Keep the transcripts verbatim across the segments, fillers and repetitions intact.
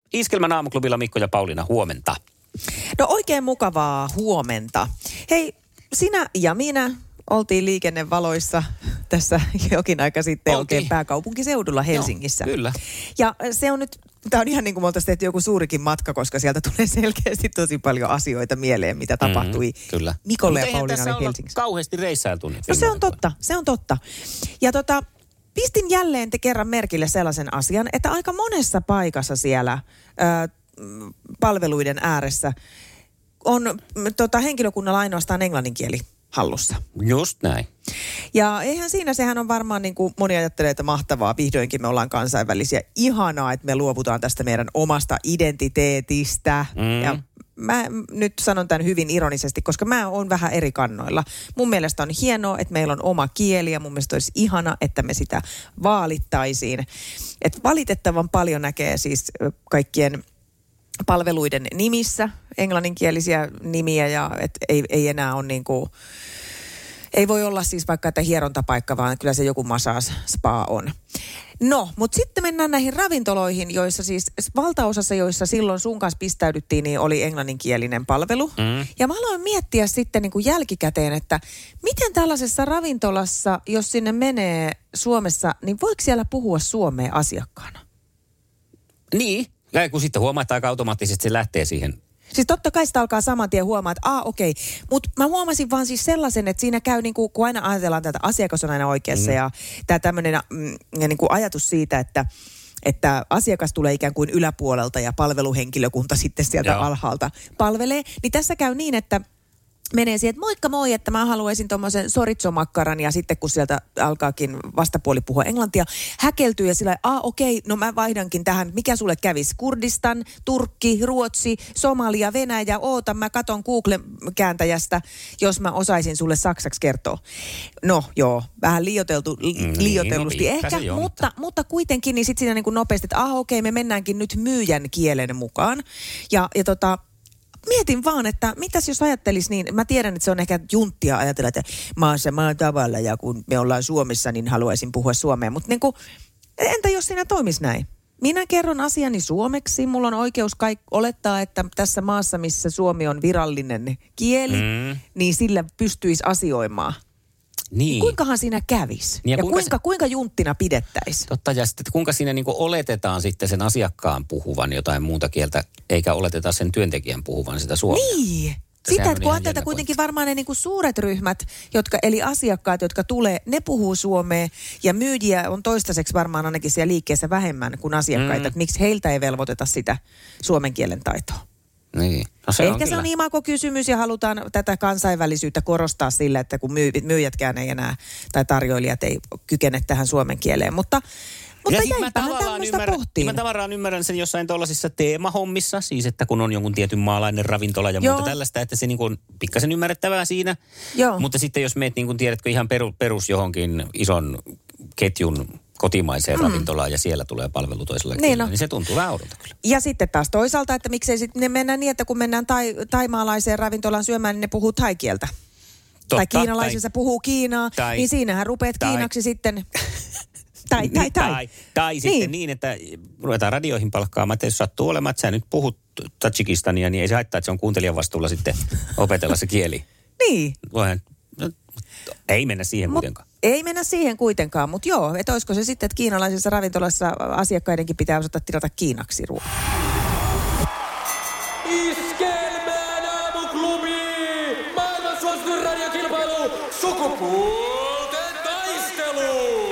Iskelmän aamuklubilla Mikko ja Pauliina, huomenta. No oikein mukavaa huomenta. Hei, sinä ja minä oltiin liikennevaloissa tässä jokin aika sitten Oltiin. oikein pääkaupunkiseudulla Helsingissä. Joo, kyllä. Ja se on nyt, tämä on ihan niin kuin me oltaisiin tehty joku suurikin matka, koska sieltä tulee selkeästi tosi paljon asioita mieleen, mitä tapahtui Mm-hmm, kyllä. Mikolle ja Mutta eihän Pauliinalle tässä Helsingissä. olla kauheasti reissailtu nyt. No se on totta, se on totta. Ja tota, pistin jälleen te kerran merkille sellaisen asian, että aika monessa paikassa siellä ää, palveluiden ääressä on m, tota, henkilökunnalla ainoastaan englannin kieli hallussa. Just näin. Ja eihän siinä, sehän on varmaan niin kuin moni ajattelee, että mahtavaa, vihdoinkin me ollaan kansainvälisiä. Ihanaa, että me luovutaan tästä meidän omasta identiteetistä. Mm. Ja mä nyt sanon tämän hyvin ironisesti, koska mä oon vähän eri kannoilla. Mun mielestä on hienoa, että meillä on oma kieli ja mun mielestä olisi ihana, että me sitä vaalittaisiin. Et valitettavan paljon näkee siis kaikkien palveluiden nimissä englanninkielisiä nimiä ja et ei, ei enää ole niin kuin, ei voi olla siis vaikka että hierontapaikka, vaan kyllä se joku massage spa on. No, mutta sitten mennään näihin ravintoloihin, joissa siis valtaosassa, joissa silloin sun kanssa pistäydyttiin, niin oli englanninkielinen palvelu. Mm. Ja mä aloin miettiä sitten niin kuin jälkikäteen, että miten tällaisessa ravintolassa, jos sinne menee Suomessa, niin voiko siellä puhua suomea asiakkaana? Niin. Ja kun sitten huomaa, että aika automaattisesti se lähtee siihen. Siis totta kai sitä alkaa saman tien huomaa, että aa okei. Mutta mä huomasin vaan siis sellaisen, että siinä käy niin kuin, kun aina ajatellaan, että asiakas on aina oikeassa. Mm. Ja tämä tämmöinen mm, niin kuin ajatus siitä, että, että asiakas tulee ikään kuin yläpuolelta ja palveluhenkilökunta sitten sieltä Joo. alhaalta palvelee. Niin tässä käy niin, että menee siihen, että moikka moi, että mä haluaisin tommosen soritsomakkaran ja sitten kun sieltä alkaakin vastapuoli puhua englantia, häkeltyy ja sillä aa okei, no mä vaihdankin tähän, mikä sulle kävisi? Kurdistan, Turkki, Ruotsi, Somalia, Venäjä, oota mä katon Google-kääntäjästä, jos mä osaisin sulle saksaksi kertoa. No joo, vähän liioteltu, li, mm, liiotellusti no, ehkä, jo, mutta, mutta, mutta kuitenkin niin sitten siinä niin kuin nopeasti, että ah okei, me mennäänkin nyt myyjän kielen mukaan ja, ja tota, mietin vaan, että mitäs jos ajattelisi niin, mä tiedän, että se on ehkä junttia ajatella, että maassa maan tavalla ja kun me ollaan Suomessa, niin haluaisin puhua suomea. Mutta niin kuin, entä jos siinä toimisi näin? Minä kerron asiani suomeksi, mulla on oikeus kaik- olettaa, että tässä maassa, missä suomi on virallinen kieli, mm. niin sillä pystyisi asioimaan. Niin. Kuinkahan siinä kävisi? Niin ja ja kuinka, kuinka, kuinka junttina pidettäisiin? Totta, ja sitten kuinka siinä niin kuin oletetaan sitten sen asiakkaan puhuvan jotain muuta kieltä, eikä oleteta sen työntekijän puhuvan sitä suomea. Niin. Sitä, että kun ajatellaan kuitenkin varmaan ne niinku suuret ryhmät, jotka, eli asiakkaat, jotka tulee, ne puhuu suomea ja myyjiä on toistaiseksi varmaan ainakin siellä liikkeessä vähemmän kuin asiakkaita. Mm. Että miksi heiltä ei velvoiteta sitä suomen kielen taitoa? Niin. No se Ehkä on se on imakokysymys ja halutaan tätä kansainvälisyyttä korostaa sillä, että kun myy, myyjätkään ei enää tai tarjoilijat ei kykene tähän suomen kieleen. Mutta, mutta jäipä mä tämmöistä pohtiin. Mä tavallaan ymmärrän sen jossain tuollaisissa teemahommissa, siis että kun on jonkun tietyn maalainen ravintola ja Joo. muuta tällaista, että se niin kuin pikkasen ymmärrettävää siinä. Joo. Mutta sitten jos meet niin kuin tiedätkö ihan perus, perus johonkin ison ketjun kotimaiseen mm. ravintolaan ja siellä tulee palvelu toisella niin, kielellä, no. niin se tuntuu vähän oudolta kyllä. Ja sitten taas toisaalta, että miksei sitten ne mennään niin, että kun mennään tai, taimaalaiseen ravintolaan syömään, niin ne puhuu thai-kieltä. Totta, tai kiinalaisessa tai, puhuu kiinaa, tai, niin siinähän rupeat tai, kiinaksi sitten. tai, tai, tai. Tai, tai niin. sitten niin, että ruvetaan radioihin palkkaamaan, että jos sattuu olemaan, että sä nyt puhut Tadžikistania, niin ei se haittaa, että se on kuuntelijan vastuulla sitten opetella se kieli. Niin. Voihan, no, ei mennä siihen Mut, kuitenkaan. Ei mennä siihen kuitenkaan, mutta joo, että olisiko se sitten, että kiinalaisessa ravintolassa asiakkaidenkin pitää osata tilata kiinaksi ruoaa. Iskelmään aamuklubi! Maailman suosituin radiokilpailu! Sukupuolten taistelu!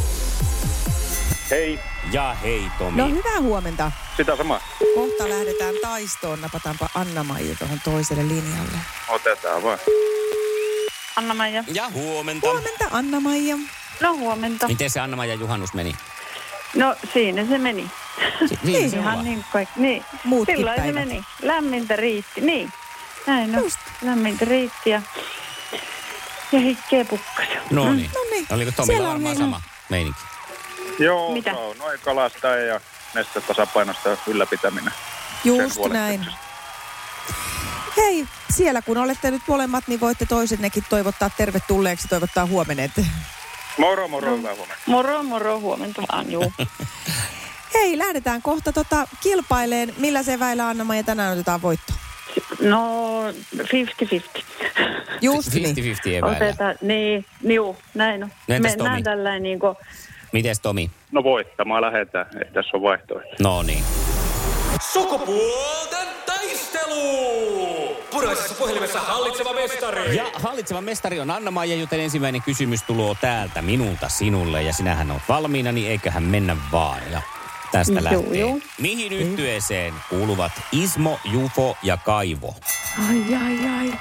Hei. Ja hei Tomi. No hyvää huomenta. Sitä sama. Kohta lähdetään taistoon. Napataanpa Anna-Maija tuohon toiselle linjalle. Otetaan vaan. Anna-Maija. Ja huomenta. Huomenta Anna-Maija. No huomenta. Miten se Anna-Maija juhannus meni? No siinä se meni. Si- niin, se Ihan niin kaikki. Niin. Muutkin Silloin päivät. se meni. Lämmintä riitti. Niin. Näin on. Just. Lämmintä riitti ja, ja hikkeä pukkasi. No niin. No niin. Oliko Tomilla Siellä on varmaan niin. sama meininki? Joo, Mitä? no, noin kalastaa ja nestetasapainosta ylläpitäminen. Just Sen näin. Hei, siellä kun olette nyt molemmat, niin voitte toisennekin toivottaa tervetulleeksi, toivottaa huomenet. Moro, moro, hyvää huomenta. Moro, moro, huomenta vaan, juu. Hei, lähdetään kohta tota kilpaileen. Millä se väillä Anna-Maija tänään otetaan voitto? No, viisikymmentä viisikymmentä. Just niin. viisikymmentä viisikymmentä eväillä. Otetaan, niin, juu, näin on. No entäs Tomi? Mennään tällainen niin kuin... Mites Tomi? No voittamaan lähdetään, että tässä on vaihtoehto. No niin. Sukupuolten taistelu! Puraisessa puhelimessa hallitseva mestari. Ja hallitseva mestari on Anna-Maija, joten ensimmäinen kysymys tulee täältä minulta sinulle. Ja sinähän olet valmiina, niin eiköhän mennä vaan. Ja tästä Joo, lähtee. joo. Mihin yhtyeeseen kuuluvat Ismo, Jufo ja Kaivo? Ai, ai, ai.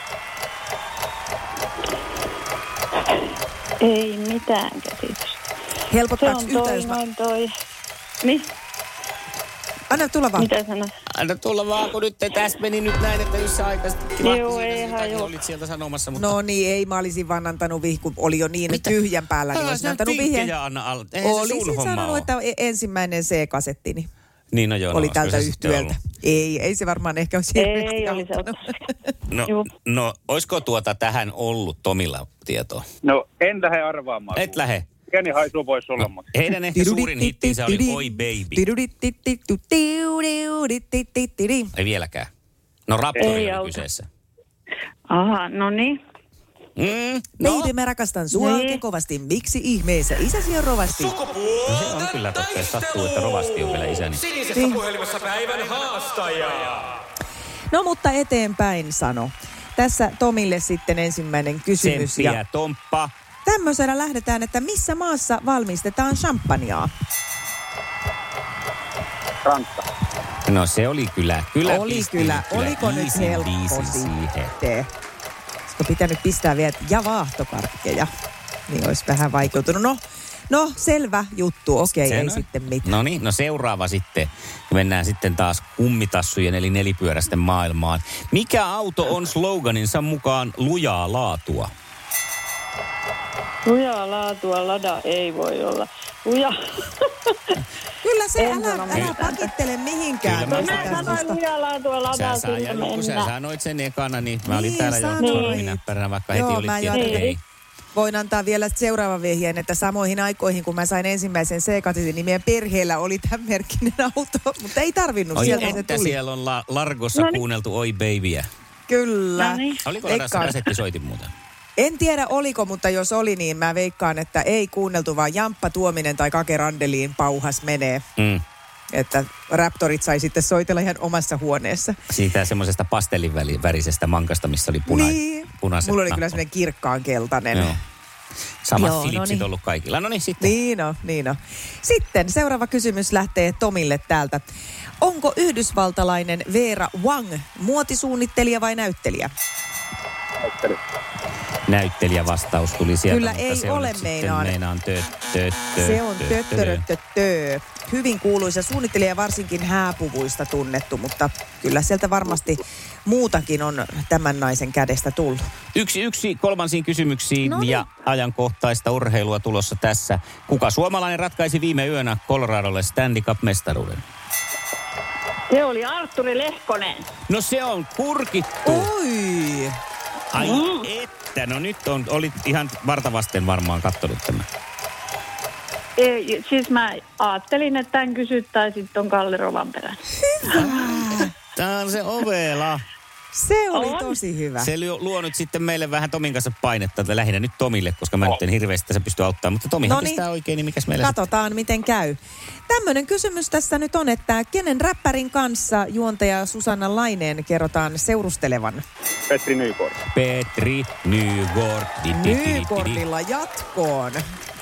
Ei mitään käsitystä. Se Helpottaako on yhtään, toi, jos mä... noin toi. Niin, Anna tulla vaan. mitä sanot? Anna tulla vaan, kun nyt tässä meni nyt näin, että jos sä aikaisemmin Joo, eihän joo. olit sieltä sanomassa. Mutta... No niin, ei, mä olisin vaan antanut vih, kun oli jo niin Mitä? tyhjän päällä, niin olisin antanut vihjeen. Anna al... Eihän se sun Olisin homma sanonut, ole. että e- ensimmäinen C-kasettini Niin, no joo, oli no, tältä olisiko se sitten yhtyöltä. ollut? Ei, ei se varmaan ehkä olisi Ei, hirveästi oli se auttanut. No, Juu. no, olisiko tuota tähän ollut Tomilla tietoa? No en lähde arvaamaan. Et lähe. Pieni haisu voisi olla, No, mutta... heidän ehkä suurin hittinsä oli Oi Baby. Ei vieläkään. No Raptori Ei oli auta. kyseessä. Aha, no niin. Mm, no, Baby, mä rakastan sua Niin. oikein kovasti. Miksi ihmeessä isäsi on rovasti? no se on kyllä totta, jos sattuu, että rovasti on vielä isäni. Sinisessä puhelimessa päivän haastaja. No mutta eteenpäin sano. Tässä Tomille sitten ensimmäinen kysymys. Tsemppiä, Ja Tomppa. tämmöisenä lähdetään, että missä maassa valmistetaan champagnea? Rankka. No se oli kyllä. Kyllä Oli pisti kyllä. nyt Oliko nyt easy helppo biisi siihen. sitten? Olisiko pitänyt pistää vielä ja vaahtokarkkeja? Niin olisi vähän vaikeutunut. No, no selvä juttu. Okei, Se ei no- sitten mitään. No niin, no seuraava sitten. Mennään sitten taas kummitassujen eli nelipyöräisten maailmaan. Mikä auto on sloganinsa mukaan lujaa laatua? Lujaa laatua lada ei voi olla. Luja. Kyllä se, En älä, sano älä mitään. pakittele mihinkään. Kyllä mä Tästä sanoin. Mä sanoin tästä. lujaa laatua lada, Sä, sillä sä, kun sä mennään. sanoit sen ekana, niin mä olin Niin, täällä jo sanoit. sorminäppäränä, vaikka heti Joo, olit mä jo tietty, ajattelin. ei. Voin antaa vielä seuraavan vihjeen, että samoihin aikoihin, kun mä sain ensimmäisen C-kasetin, niin meidän perheellä oli tämän merkkinen auto, mutta ei tarvinnut, Oi, sieltä se että tuli. siellä on la- Largossa Noniin. kuunneltu Oi Babyä. Kyllä. Noniin. Oliko Ladassa Veikkaan- kasettisoitin muuten? En tiedä oliko, mutta jos oli, niin mä veikkaan, että ei kuunneltu, vaan Jamppa Tuominen tai Kake Randeliin pauhas menee. Mm. Että Raptorit sai sitten soitella ihan omassa huoneessa. Siitä semmoisesta pastellin väli- värisestä mankasta, missä oli puna- niin. punaiset Mulla oli nappo. kyllä semmoinen kirkkaan keltainen. Joo. Samat Joo, Philipsit noniin. ollut kaikilla. No niin sitten. Niin on, niin on. Sitten seuraava kysymys lähtee Tomille täältä. Onko yhdysvaltalainen Vera Wang muotisuunnittelija vai näyttelijä? Näyttely. Näyttelijä vastaus tuli sieltä. Kyllä mutta ei se on ole nyt sitten meinaan. meinaan tö, tö, tö, Se on tö, töttöröttötö. Hyvin kuuluisa suunnittelija, varsinkin hääpuvuista tunnettu, mutta kyllä sieltä varmasti muutakin on tämän naisen kädestä tullut. Yksi yksi kolmansiin kysymyksiin No niin. ja ajankohtaista urheilua tulossa tässä. Kuka suomalainen ratkaisi viime yönä Coloradolle Stanley Cup-mestaruuden? Se oli Artturi Lehkonen. No se on kurkittu. Oi! Ai että, no nyt on, olit ihan vartavasten varmaan kattonut tämän. Ei, siis mä ajattelin, että tämän kysyttäisiin ton Kalle Rovanperän. Tää on se ovela. Se oli On. tosi hyvä. Se luo, luo nyt sitten meille vähän Tomin kanssa painetta, että lähinnä nyt Tomille, koska mä nyt en hirveästi se pysty auttamaan. Mutta Tomihan Noniin. pistää oikein, niin mikäs meillä Katsotaan, miten käy. Tämmöinen kysymys tässä nyt on, että kenen räppärin kanssa juontaja Susanna Laineen kerrotaan seurustelevan? Petri Nykort. Petri Nygård. Di, di, di, di, di, di. Nykordilla jatkoon.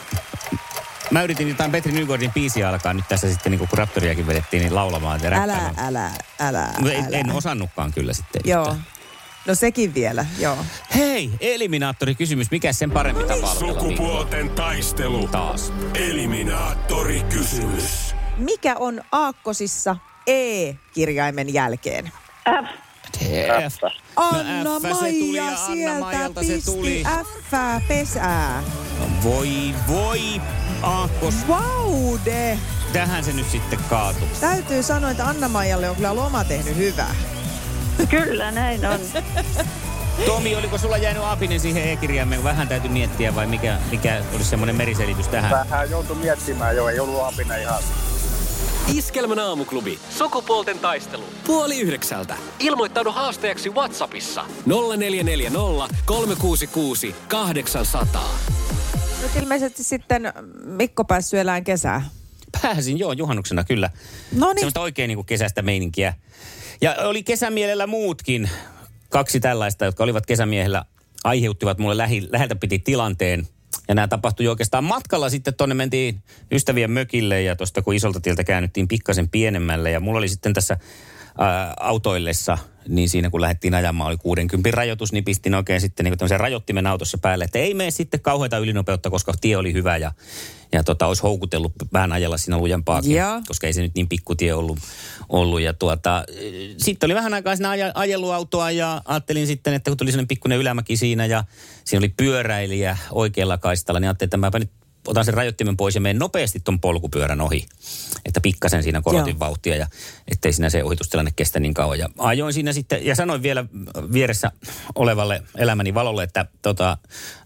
Mä yritin jotain Petri Nygårdin biisiä alkaa nyt tässä sitten, niin kun Raptoriakin vedettiin, niin laulamaan ja Älä, räppäämään. älä, älä, Mutta en, älä. en osannutkaan kyllä sitten Joo. yhtään. No sekin vielä, joo. Hei, eliminaattori-kysymys. Mikä sen parempi tapa aloitella viikkoa? Sukupuolten taistelu. Taas. Eliminaattori kysymys. Mikä on aakkosissa E-kirjaimen jälkeen? F. F. Anna No F se tuli ja Maija Anna sieltä Maijalta se pisti tuli. F pesää. Voi, voi, aakkos. Vaude! Tähän se nyt sitten kaatui. Täytyy sanoa, että Anna-Maijalle on kyllä loma tehnyt hyvää. Kyllä, näin on. Tomi, oliko sulla jäänyt apinen siihen E-kirjaimeen? Vähän täytyy miettiä vai mikä, mikä olisi semmoinen meriselitys tähän? Vähän joutui miettimään jo, ei ollut apina ihan. Iskelmän aamuklubi. Sukupuolten taistelu. Puoli yhdeksältä. Ilmoittaudu haastajaksi WhatsAppissa. nolla neljä neljä nolla, kolme kuusi kuusi, kahdeksan nolla nolla. Nyt ilmeisesti sitten Mikko päässyt elämään kesää. Pääsin, joo, juhannuksena kyllä. No niin. Semmoista oikein niin kuin kesästä meininkiä. Ja oli kesämielellä muutkin. Kaksi tällaista, jotka olivat kesämiehellä, aiheuttivat mulle lähi, läheltä piti tilanteen. Ja nämä tapahtui oikeastaan matkalla sitten tuonne mentiin ystävien mökille ja tuosta kun isolta tieltä käännyttiin pikkasen pienemmälle. Ja mulla oli sitten tässä ää, autoillessa, niin siinä kun lähdettiin ajamaan oli kuudenkympin rajoitus, niin pistin oikein sitten niin tämmöisen rajoittimen autossa päälle, että ei mene sitten kauheita ylinopeutta, koska tie oli hyvä ja, ja tota, olisi houkutellut vähän ajella siinä lujempaakin, ja. koska ei se nyt niin pikkutie ollut. ollut. Ja tuota, sitten oli vähän aikaa siinä aj- ajeluautoa ja ajattelin sitten, että kun tuli sellainen pikkuinen ylämäki siinä ja siinä oli pyöräilijä oikealla kaistalla, niin ajattelin, että mäpä nyt otan sen rajoittimen pois ja menen nopeasti ton polkupyörän ohi. Että pikkasen siinä korotin Joo. vauhtia ja ettei siinä se ohitustilanne kestä niin kauan. Ja ajoin siinä sitten ja sanoin vielä vieressä olevalle elämäni valolle, että tota,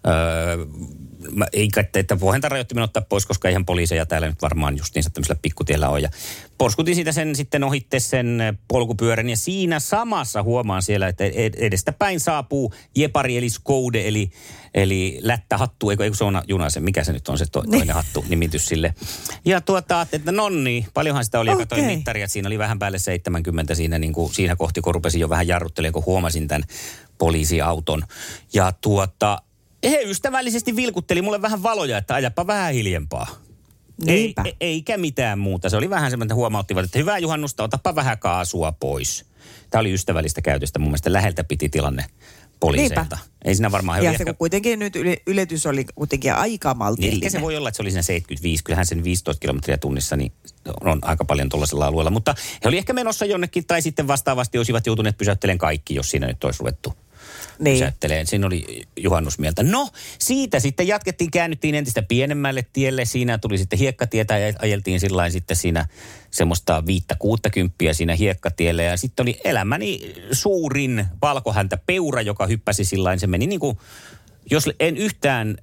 öö, mä, ei, että voin tämän rajoittimen ottaa pois, koska eihän poliiseja täällä nyt varmaan justiinsa tämmöisellä pikkutiellä ole. Ja porskutin siitä sen sitten ohitte sen polkupyörän ja siinä samassa huomaan siellä, että edestä päin saapuu Jepari eli Skoude eli, eli lättähattu, eikö, eikö se on juna se, mikä se nyt on se to, toinen hattu nimitys sille. Ja tuota, että nonni, paljonhan sitä oli, okay. joka toi mittari, että siinä oli vähän päälle seitsemänkymmentä siinä, niin kuin, siinä kohti, kun rupesin jo vähän jarruttelemaan, kun huomasin tämän poliisiauton. Ja tuota, he ystävällisesti vilkutteli mulle vähän valoja, että ajapa vähän hiljempaa. Ei, e, eikä mitään muuta. Se oli vähän semmoinen, huomauttivat, että hyvää juhannusta, otapa vähän kaasua pois. Tämä oli ystävällistä käytöstä. Mun mielestä läheltä piti tilanne poliiseilta. Niinpä. Ei siinä varmaan... Ja se ehkä... kuitenkin nyt yletys oli kuitenkin aika maltillinen. Niin, ehkä se voi olla, että se oli siinä seitsemänkymmentäviisi. Kyllähän sen viisitoista kilometriä tunnissa niin on aika paljon tuollaisella alueella. Mutta he oli ehkä menossa jonnekin tai sitten vastaavasti olisivat joutuneet pysäyttelemään kaikki, jos siinä nyt olisi ruvettu. Niin. Pysäytteleen. Siinä oli juhannusmieltä. No, siitä sitten jatkettiin, käännyttiin entistä pienemmälle tielle. Siinä tuli sitten hiekkatietä ja ajeltiin sillain sitten siinä semmoista viittä kuuttakymppiä siinä hiekkatielle. Ja sitten oli elämäni suurin valkohäntä peura, joka hyppäsi sillain. Se meni niin kuin, jos en yhtään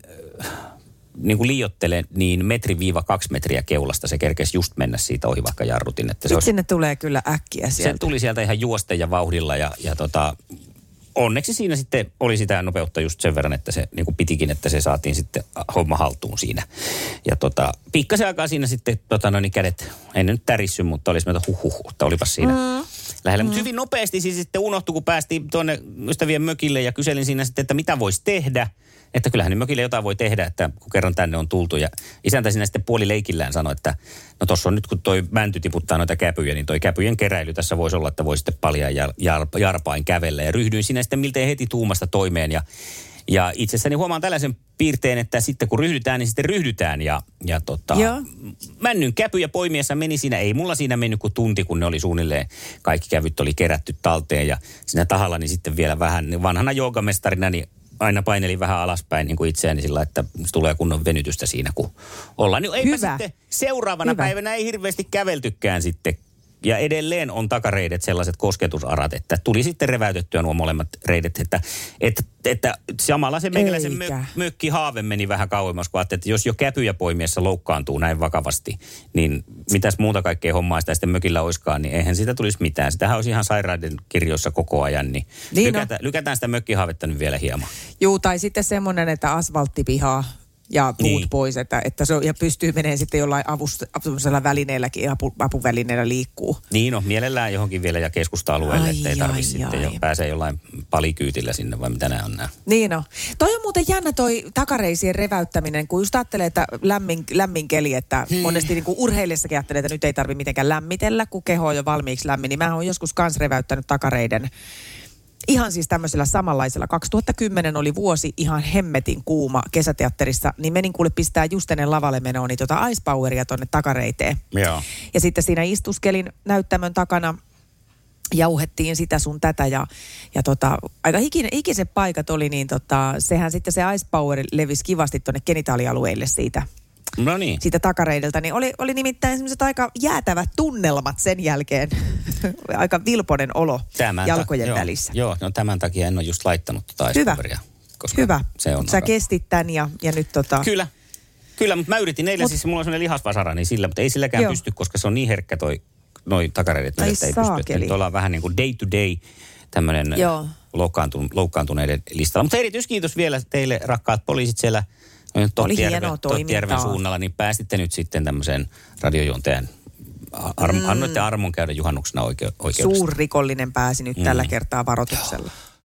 niin kuin liioittele, niin metri viiva kaksi metriä keulasta se kerkesi just mennä siitä ohi, vaikka jarrutin. Että se olisi, sinne tulee kyllä äkkiä sieltä. Se tuli sieltä ihan juosten ja vauhdilla ja, ja tota... Onneksi siinä sitten oli sitä nopeutta just sen verran, että se niin kuin pitikin, että se saatiin sitten homma haltuun siinä. Ja tota, pikkasen aikaa siinä sitten tota noin kädet, en nyt tärissy, mutta olisi meitä huh huh, että olipas siinä mm. lähellä. Mm. Mutta hyvin nopeasti siis sitten unohtui, kun päästiin tuonne ystävien mökille ja kyselin siinä sitten, että mitä voisi tehdä. Että kyllähän mökille jotain voi tehdä, että kun kerran tänne on tultu. Ja isäntä siinä sitten puolileikillään sanoi, että no tuossa on nyt kun toi mänty tiputtaa noita käpyjä, niin toi käpyjen keräily tässä voisi olla, että voi sitten paljon jar, jar, jarpain kävellä. Ja ryhdyin siinä sitten miltei heti tuumasta toimeen. Ja, ja itsessäni huomaan tällaisen piirteen, että sitten kun ryhdytään, niin sitten ryhdytään. Ja, ja tota, männyn käpyjä poimiessa meni siinä, ei mulla siinä mennyt kuin tunti, kun ne oli suunnilleen, kaikki kävyt oli kerätty talteen. Ja siinä tahalla niin sitten vielä vähän vanhana joogamestarina, niin aina painelin vähän alaspäin niin kuin itseäni sillä, että tulee kunnon venytystä siinä, kun ollaan. Niin eipä Hyvä. Sitten seuraavana Hyvä. päivänä ei hirveästi käveltykään sitten. Ja edelleen on takareidet sellaiset kosketusarat, että tuli sitten reväytettyä nuo molemmat reidet. Että, että, että samalla se meikäläisen mö, mökki haave meni vähän kauemmas, kun ajattelin, että jos jo käpyjä poimiessa loukkaantuu näin vakavasti, niin mitäs muuta kaikkea hommaa sitä sitten mökillä oiskaan, niin eihän siitä tulisi mitään. Sitähän olisi ihan sairaiden kirjoissa koko ajan, niin, niin lykätään, lykätään sitä mökkihaavetta nyt vielä hieman. Juu, tai sitten semmoinen, että asfalttipihaa ja puut niin. pois, että, että se on, ja pystyy menemään sitten jollain avustusella välineelläkin, apu, apuvälineellä liikkuu. Niin no, mielellään johonkin vielä ja keskusta-alueelle, ettei tarvitse sitten jo pääsee jollain palikyytillä sinne, vai mitä nämä on nämä. Niin no. Toi on muuten jännä toi takareisien reväyttäminen, kun just ajattelee, että lämmin, lämmin keli, että hmm. monesti niin kuin urheilijassakin ajattelee, että nyt ei tarvitse mitenkään lämmitellä, kun keho on jo valmiiksi lämmin, niin mä oon joskus kans reväyttänyt takareiden. Ihan siis tämmöisellä samanlaisella. kaksituhattakymmenen oli vuosi ihan hemmetin kuuma kesäteatterissa, niin menin kuule pistää just ennen lavalle menoa niin tota Ice Poweria tonne takareiteen. Joo. Ja sitten siinä istuskelin näyttämön takana, jauhettiin sitä sun tätä ja, ja tota, aika hikinen, hikiset paikat oli, niin tota, sehän sitten se Ice Power levisi kivasti tonne genitaalialueille siitä. No niin. Siitä takareideltä, niin oli, oli nimittäin sellaiset aika jäätävät tunnelmat sen jälkeen. Aika vilponen olo tämän jalkojen ta- välissä. Joo, no tämän takia en ole just laittanut tota Ice Poweria. Hyvä. Se on Sä aika... kestit tän ja, ja nyt tota... Kyllä. Kyllä, mutta mä yritin eilen, Mut... siis mulla on sellainen lihasvasara, niin sillä, mutta ei silläkään Joo. pysty, koska se on niin herkkä toi, noi takareidet, että ei pysty. Nyt ollaan vähän niin kuin day to day tämmöinen loukkaantuneiden listalla. Mutta erityiskiitos vielä teille, rakkaat poliisit siellä Tottijärven suunnalla, niin päästitte nyt sitten tämmöiseen radiojuontajan. Ar- mm. Annoitte armon käydä juhannuksena oike- oikeudesta. Suurrikollinen pääsi nyt mm. tällä kertaa varoituksella.